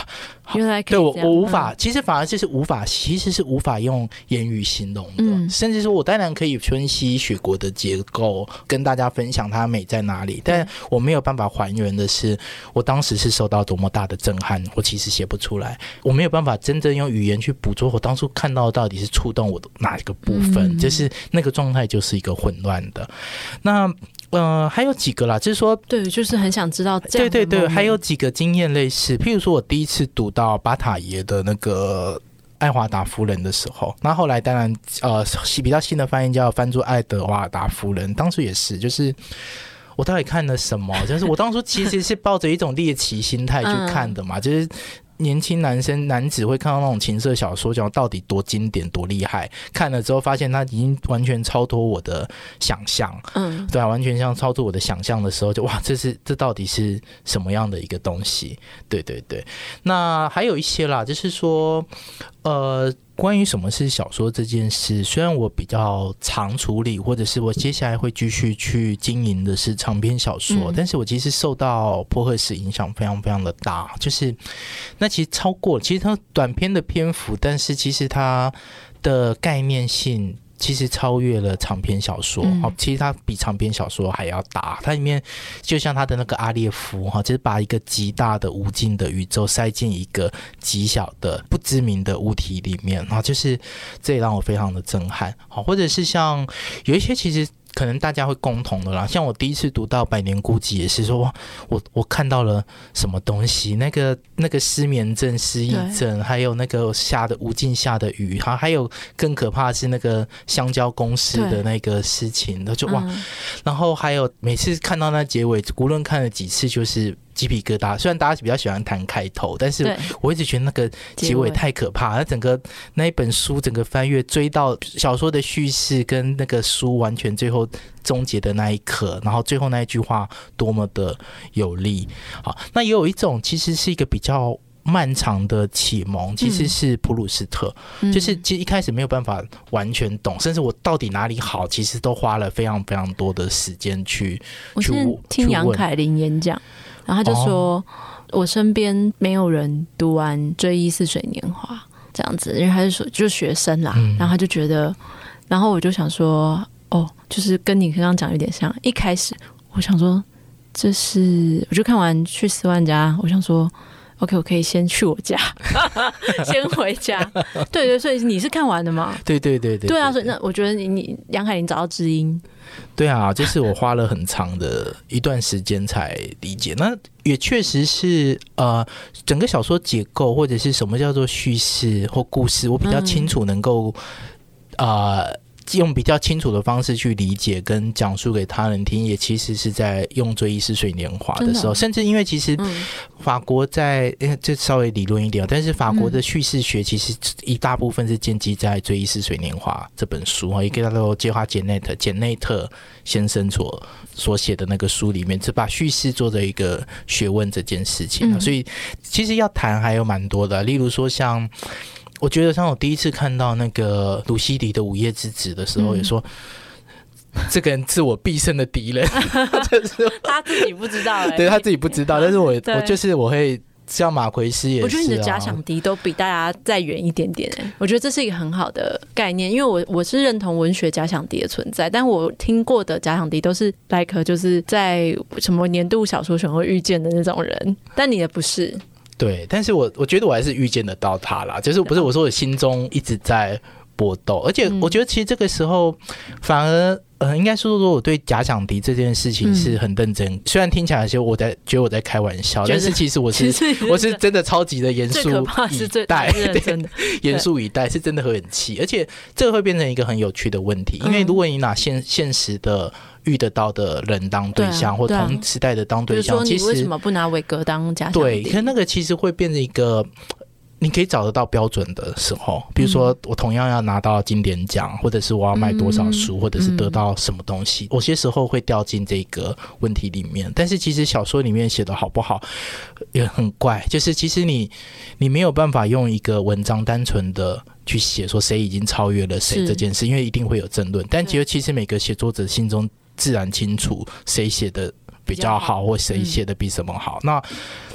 原来可对以这样， 我无法，其实反而就是无法，其实是无法用言语形容的，甚至说我当然可以分析雪国的结构，跟大家分享它美在哪里，但我没有办法还原的是我当时是受到多么大的震撼，我其实写不出来，我没有办法真正用语言去捕捉我当初看到到底是触动我的哪一个部分，就是那个状态就是一个混乱的。那还有几个啦，就是说， 对，就是很想知道这样的。 对对对，还有几个经验类似，譬如说我第一次读到巴塔耶的那个爱华达夫人的时候，那后来当然比较新的翻译叫翻作爱德华达夫人，当初也是，就是我到底看了什么？就是我当初其实是抱着一种猎奇心态去看的嘛，就是年轻男子会看到那种情色小说，讲到底多经典多厉害，看了之后发现它已经完全超脱我的想象，对啊，完全像超脱我的想象的时候，就哇，这到底是什么样的一个东西？对对对，那还有一些啦，就是说关于什么是小说这件事，虽然我比较常处理，或者是我接下来会继续去经营的是长篇小说，但是我其实受到波赫士影响非常非常的大，就是那其实超过，其实它短篇的篇幅，但是其实它的概念性其实超越了长篇小说，其实它比长篇小说还要大，它里面就像它的那个阿列夫，就是把一个极大的无尽的宇宙塞进一个极小的不知名的物体里面，就是这也让我非常的震撼，或者是像有一些其实可能大家会共同的啦，像我第一次读到《百年孤寂》也是说我看到了什么东西，那个失眠症、失忆症，还有那个无尽下的雨，还有更可怕的是那个香蕉公司的那个事情，就哇，然后还有每次看到那结尾，无论看了几次就是鸡皮疙瘩，虽然大家比较喜欢谈开头，但是我一直觉得那个结尾太可怕，那一本书整个翻阅追到小说的叙事跟那个书完全最后终结的那一刻，然后最后那一句话多么的有力。好，那也有一种其实是一个比较漫长的启蒙，其实是普鲁斯特，就是其实一开始没有办法完全懂，甚至我到底哪里好，其实都花了非常非常多的时间去我现在听杨凯琳演讲，然后他就说我身边没有人读完《追忆似水年华》这样子，因为他是说就学生啦，然后他就觉得，然后我就想说就是跟你刚刚讲有点像，一开始我想说我就看完去4万家，我想说 OK 我可以先去我家先回家，对对，所以你是看完的吗？ 对对对对， 对啊，所以那我觉得你杨凯琳找到知音。 对啊，就是我花了很长的一段时间才理解，那也确实是整个小说结构或者是什么叫做叙事或故事，我比较清楚能够用比较清楚的方式去理解跟讲述给他人听，也其实是在用《追忆似水年华》的时候，甚至因为其实法国这稍微理论一点，但是法国的叙事学其实一大部分是建基在《追忆似水年华》这本书，一个叫做杰华简内特先生所写的那个书里面，只把叙事做的一个学问这件事情，所以其实要谈还有蛮多的，例如说像。我觉得像我第一次看到那个鲁西迪的《午夜之子》的时候，也说这个人是我毕生的敌人他自己不知道对他自己不知道，但是我就是我会像马奎斯也是，我觉得你的假想敌都比大家再远一点点我觉得这是一个很好的概念，因为我是认同文学假想敌的存在，但我听过的假想敌都是就是在什么年度小说选会遇见的那种人，但你的不是。对， 但是我觉得我还是预见得到他啦，就是不是我说我心中一直在搏斗，而且我觉得其实这个时候反而应该说我对假想敌这件事情是很认真，虽然听起来觉得我在开玩笑，但是其实我是真的超级的严肃以待，严肃以待是真的会很气，而且这个会变成一个很有趣的问题，因为如果你拿现实的遇得到的人当对象，或同时代的当对象， 其实你为什么不拿伟格当假想敌？ 对，可是那个其实会变成一个你可以找得到标准的时候，比如说我同样要拿到经典奖，或者是我要卖多少书，或者是得到什么东西，有些时候会掉进这个问题里面。但是其实小说里面写的好不好也很怪，就是其实你没有办法用一个文章单纯的去写说谁已经超越了谁这件事，因为一定会有争论。但其实每个写作者心中自然清楚谁写的比较好，或谁写的比什么好。那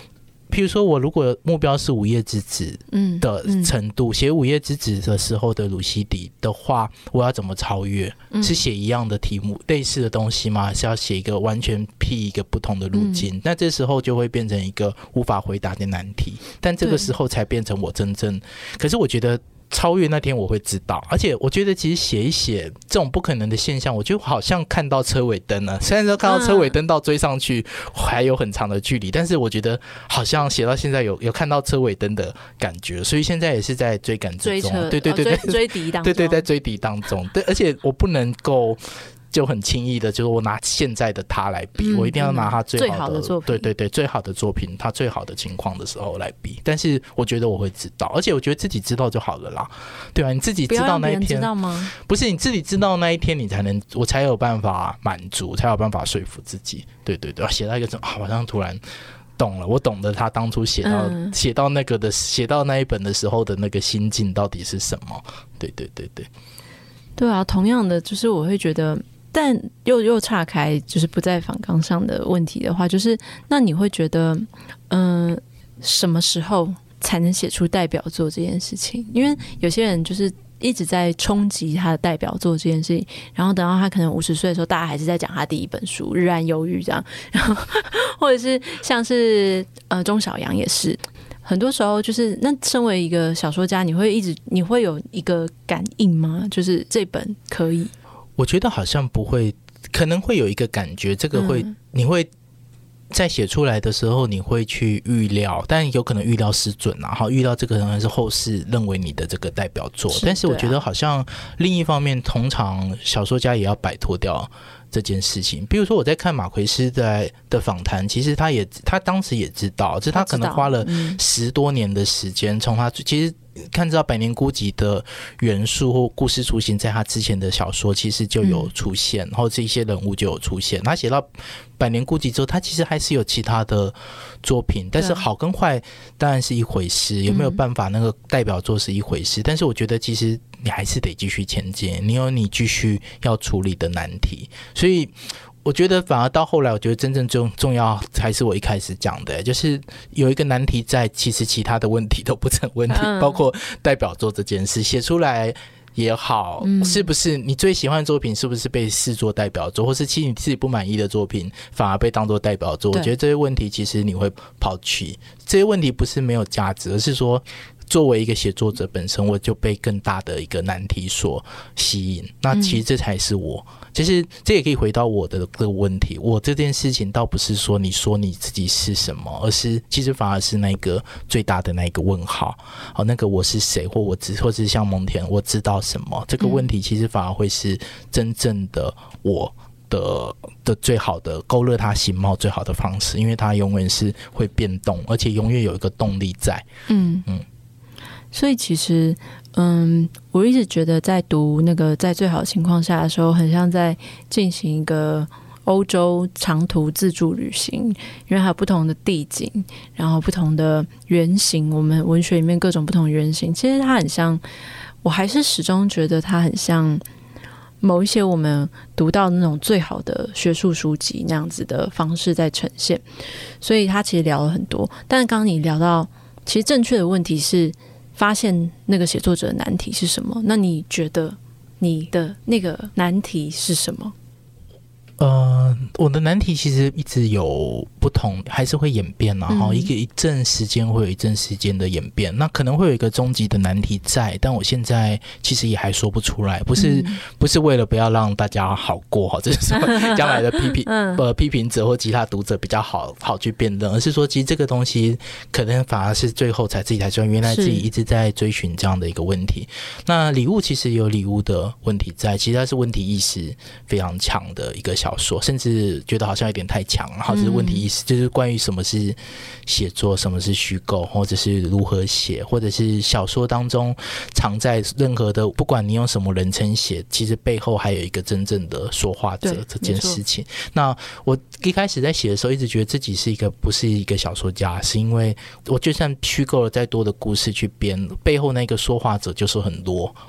譬如说我如果目标是午夜之子的程度，写午夜之子的时候的鲁西迪的话，我要怎么超越？是写一样的题目类似的东西吗？还是要写一个完全辟一个不同的路径？那这时候就会变成一个无法回答的难题，但这个时候才变成我真正，可是我觉得超越那天我会知道，而且我觉得其实写一写这种不可能的现象，我就好像看到车尾灯了。虽然说看到车尾灯到追上去还有很长的距离，但是我觉得好像写到现在有看到车尾灯的感觉，所以现在也是在追赶之中，对对对对， 追敌当中， 对对，在追敌当中，对，而且我不能够就很轻易的，就是我拿现在的他来比，我一定要拿他最好的作品， 对对对，最好的作品，他最好的情况的时候来比。但是我觉得我会知道，而且我觉得自己知道就好了啦，对啊，你自己知道那一天， 不要让别人知道吗？ 不是你自己知道那一天，你才能，我才有办法满足，才有办法说服自己。对对对，写到一个好像突然懂了，我懂得他当初写到那个的，写到那一本的时候的那个心境到底是什么。对对对对， 对啊，同样的，就是我会觉得。但又岔开，就是不在访纲上的问题的话，就是那你会觉得，什么时候才能写出代表作这件事情？因为有些人就是一直在冲击他的代表作这件事情，然后等到他可能50岁的时候，大家还是在讲他第一本书《日暗忧郁》这样，然后或者是像是钟晓阳也是。很多时候就是，那身为一个小说家，你会有一个感应吗？就是这本可以。 我觉得好像不会，可能会有一个感觉，这个会，你会在写出来的时候，你会去预料，但有可能预料失准啊，预料这个可能是后世认为你的这个代表作，但是我觉得好像另一方面，通常小说家也要摆脱掉这件事情。比如说我在看马奎斯的访谈，其实他当时也知道，就是他可能花了10多年的时间，从他其实看到《百年孤寂》的元素或故事雏形，在他之前的小说其实就有出现，然后这些人物就有出现。他写到《百年孤寂》之后，他其实还是有其他的作品，但是好跟坏当然是一回事，有没有办法那个代表作是一回事，但是我觉得其实你还是得继续前进，你有你继续要处理的难题。所以我觉得反而到后来，我觉得真正重要还是我一开始讲的，就是有一个难题在，其实其他的问题都不成问题，包括代表作这件事写出来也好，是不是你最喜欢的作品是不是被视作代表作，或是其实你自己不满意的作品反而被当作代表作，我觉得这些问题其实你会抛弃。这些问题不是没有价值，而是说作为一个写作者本身，我就被更大的一个难题所吸引，那其实这才是我。其实这也可以回到我的这个问题，我这件事情倒不是说你说你自己是什么，而是其实反而是那个最大的那个问号，那个我是谁，或是像蒙恬我知道什么，这个问题其实反而会是真正的我的最好的勾勒他形貌最好的方式，因为他永远是会变动，而且永远有一个动力在。 所以其实我一直觉得在读那个在最好的情况下的时候，很像在进行一个欧洲长途自助旅行，因为还有不同的地景，然后不同的原型，我们文学里面各种不同的原型，其实它很像，我还是始终觉得它很像某一些我们读到那种最好的学术书籍那样子的方式在呈现。所以他其实聊了很多，但是刚刚你聊到其实正确的问题是发现那个写作者的难题是什么，那你觉得你的那个难题是什么？ 我的难题其实一直有不同，还是会演变啦，一阵时间会有一阵时间的演变，那可能会有一个终极的难题在，但我现在其实也还说不出来，不是为了不要让大家好过，就是说将来的批评者或其他读者比较好去辨认，而是说其实这个东西可能反而是最后自己才知道，原来自己一直在追寻这样的一个问题。那礼物其实有礼物的问题在，其实它是问题意识非常强的一个小说，甚至觉得好像有点太强，然后就是问题意识，就是关于什么是写作，什么是虚构，或者是如何写，或者是小说当中藏在任何的，不管你用什么人称写，其实背后还有一个真正的说话者这件事情。那我一开始在写的时候，一直觉得自己不是一个小说家，是因为我就算虚构了再多的故事去编，背后那个说话者就是很弱。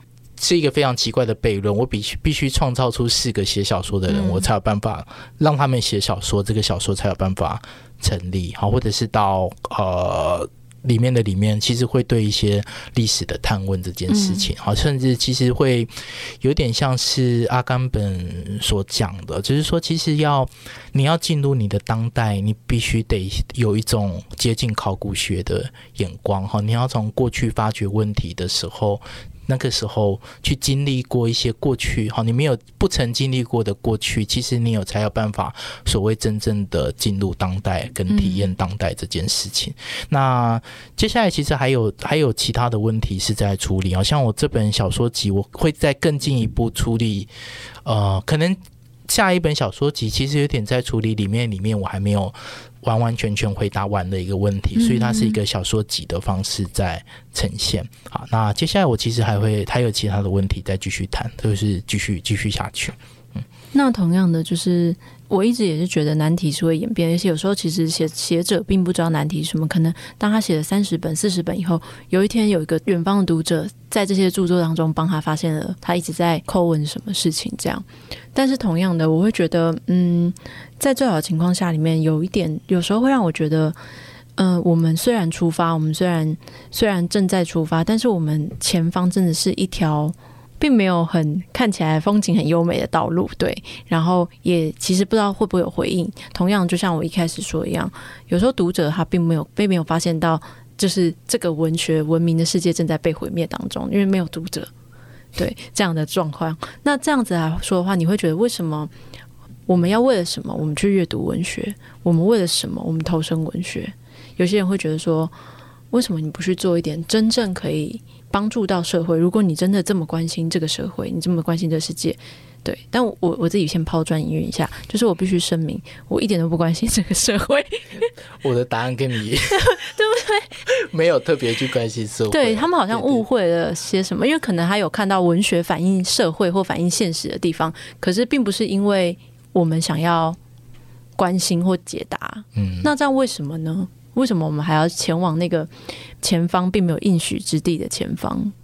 是一个非常奇怪的悖论，我必须创造出4个写小说的人，我才有办法让他们写小说，这个小说才有办法成立，好，或者是到里面其实会对一些历史的探问这件事情，好，甚至其实会有点像是阿甘本所讲的，就是说其实你要进入你的当代，你必须得有一种接近考古学的眼光，你要从过去发掘问题的时候，那个时候去经历过一些过去，你没有不曾经历过的过去，其实你才有办法所谓真正的进入当代跟体验当代这件事情。那接下来其实还有其他的问题是在处理，像我这本小说集我会再更进一步处理，可能下一本小说集其实有点在处理里面我还没有完完全全回答完的一个问题，所以它是一个小说集的方式在呈现。好，那接下来我其实还有其他的问题再继续谈，就是继续下去。 那同样的，就是我一直也是觉得难题是会演变，而且有时候其实写者并不知道难题是什么，可能当他写了30本40本以后，有一天有一个远方的读者在这些著作当中帮他发现了他一直在叩问什么事情这样。但是同样的，我会觉得在最好的情况下里面有一点，有时候会让我觉得我们虽然出发，我们虽然正在出发，但是我们前方真的是一条并没有很看起来风景很优美的道路，对，然后也其实不知道会不会有回应。同样就像我一开始说一样，有时候读者他并没有发现到，就是这个文学文明的世界正在被毁灭当中，因为没有读者，对，这样的状况。那这样子来说的话，你会觉得为什么我们要为了什么我们去阅读文学，我们为了什么我们投身文学？有些人会觉得说，为什么你不去做一点真正可以帮助到社会？如果你真的这么关心这个社会，你这么关心这个世界，对。但我自己先抛砖引玉一下，就是我必须声明，我一点都不关心这个社会。 我的答案跟你对不对？ 没有特别去关心社会， 对，他们好像误会了些什么，因为可能他有看到文学反映社会或反映现实的地方，可是并不是因为我们想要关心或解答。那这样为什么呢？为什么我们还要前往那个前方并没有应许之地的前方？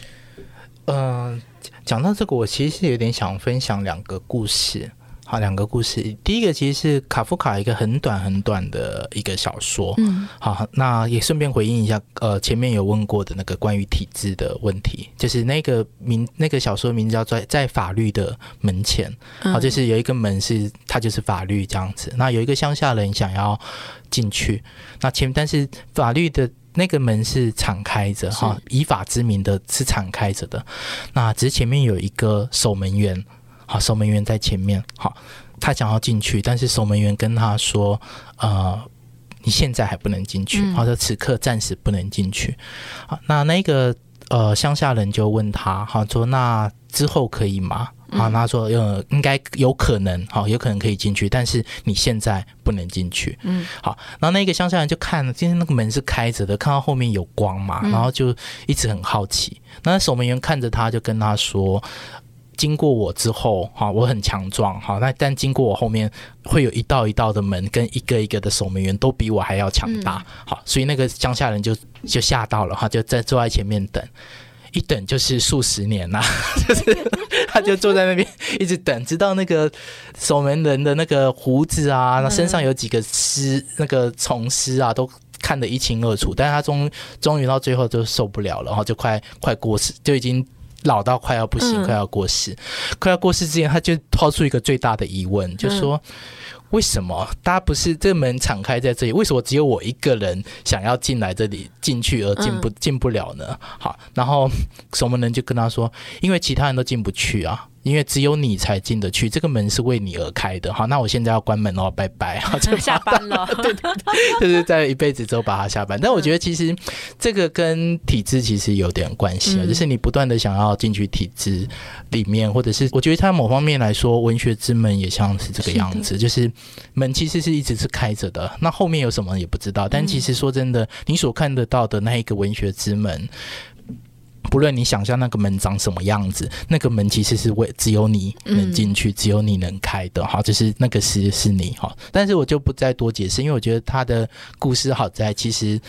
讲到这个，我其实是有点想分享2个故事。好，2个故事。第一个其实是卡夫卡一个很短的一个小说。好，那也顺便回应一下，前面有问过的那个关于体制的问题，就是那个小说名字叫做在法律的门前。好，就是有一个门是它就是法律这样子。那有一个乡下人想要进去，但是法律的那个门是敞开着，以法之名的是敞开着的。那只是前面有一个守门员。好，守门员在前面，好，他想要进去，但是守门员跟他说，你现在还不能进去，或者此刻暂时不能进去。好，那个乡下人就问他，好，说那之后可以吗？好，他说应该有可能，好，有可能可以进去，但是你现在不能进去。好，然后那个乡下人就看了，今天那个门是开着的，看到后面有光嘛，然后就一直很好奇。那守门员看着他，就跟他说，经过我之后，我很强壮，但经过我后面会有一道一道的门跟一个一个的守门员都比我还要强大。好，所以那个乡下人就吓到了，就坐在前面等，一等就是数十年啦，就是他就坐在那边一直等，直到那个守门人的那个胡子啊，身上有几个那个虫丝啊，都看得一清二楚，但是他终于到最后就受不了了，然后就快过世，就已经老到快要不行，快要过世之前，他就抛出一个最大的疑问，就说为什么大家不是这门敞开在这里，为什么只有我一个人想要进来这里进去而进不了呢？好，然后守门人就跟他说，因为其他人都进不去啊，因为只有你才进得去，这个门是为你而开的。好，那我现在要关门了，拜拜，就下班了。 对，就是在一辈子之后把他下班。但我觉得其实这个跟体制其实有点关系，就是你不断的想要进去体制里面，或者是我觉得它某方面来说，文学之门也像是这个样子，就是门其实是一直是开着的，那后面有什么也不知道。但其实说真的，你所看得到的那一个文学之门，不论你想象那个门长什么样子，那个门其实是只有你能进去，只有你能开的，好，就是那个是你，好。但是我就不再多解释，因为我觉得他的故事好在其实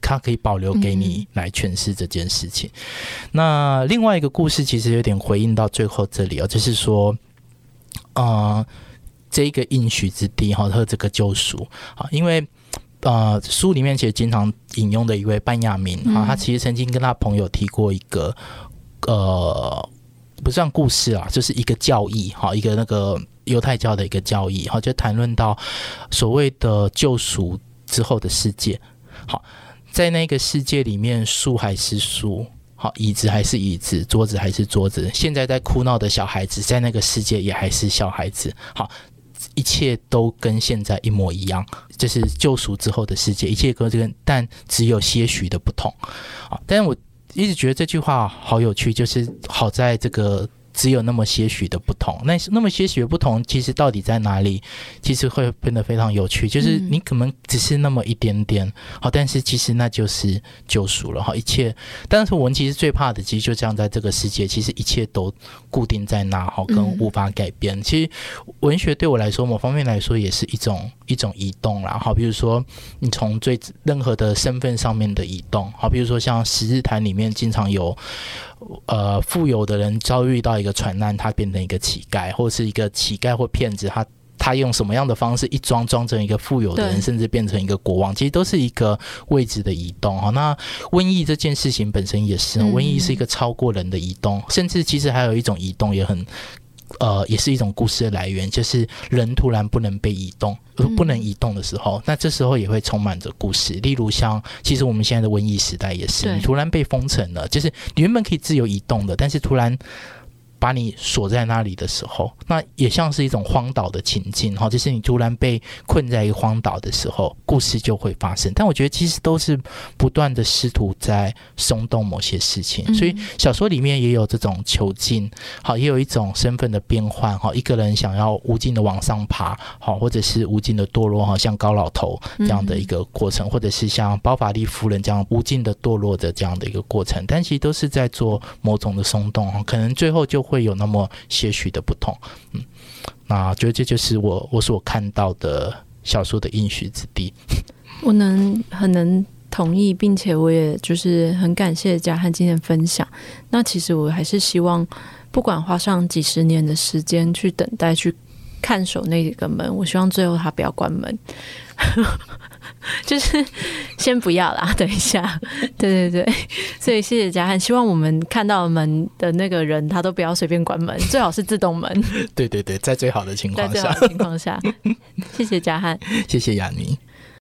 它可以保留给你来诠释这件事情。那另外一个故事其实有点回应到最后这里就是说这个应许之地和这个救赎，因为书里面其实经常引用的一位班亚明，他其实曾经跟他朋友提过一个不算故事啊，就是一个教义，一个那个犹太教的一个教义，就谈论到所谓的救赎之后的世界。好，在那个世界里面，树还是树，椅子还是椅子，桌子还是桌子，现在在哭闹的小孩子在那个世界也还是小孩子。好，一切都跟现在一模一样，这是救赎之后的世界，一切跟这个，但只有些许的不同。但是我一直觉得这句话好有趣，就是好在这个只有那么些许的不同，那么些许的不同其实到底在哪里，其实会变得非常有趣，就是你可能只是那么一点点，但是其实那就是救赎了，一切。但是我们其实最怕的其实就这样，在这个世界其实一切都固定在那，跟无法改变。其实文学对我来说某方面来说也是一种移动啦，比如说你从任何的身份上面的移动，比如说像十日谈里面经常有富有的人遭遇到一个船难，他变成一个乞丐，或是一个乞丐或骗子，他用什么样的方式一装成一个富有的人，甚至变成一个国王，其实都是一个位置的移动。那瘟疫这件事情本身也是，瘟疫是一个超过人的移动，甚至其实还有一种移动也是一种故事的来源，就是人突然不能被移动，不能移动的时候，那这时候也会充满着故事。例如像其实我们现在的瘟疫时代也是，你突然被封城了，就是你原本可以自由移动的，但是突然把你锁在那里的时候，那也像是一种荒岛的情境，就是你突然被困在一个荒岛的时候，故事就会发生。但我觉得其实都是不断的试图在松动某些事情，所以小说里面也有这种囚禁，也有一种身份的变换，一个人想要无尽的往上爬，或者是无尽的堕落，像高老头这样的一个过程，或者是像包法利夫人这样无尽的堕落的这样的一个过程，但其实都是在做某种的松动，可能最后就会有那么些许的不同。那觉得这就是我所看到的小说的应许之地。 我很能同意，并且我也就是很感谢嘉汉今天分享。那其实我还是希望不管花上几十年的时间去等待去看守那个门，我希望最后他不要关门就是先不要啦，等一下。对对对，所以谢谢嘉汉，希望我们看到门的那个人他都不要随便关门，最好是自动门。 对对对，在最好的情况下， 在最好的情况下谢谢嘉汉， 谢谢雅妮。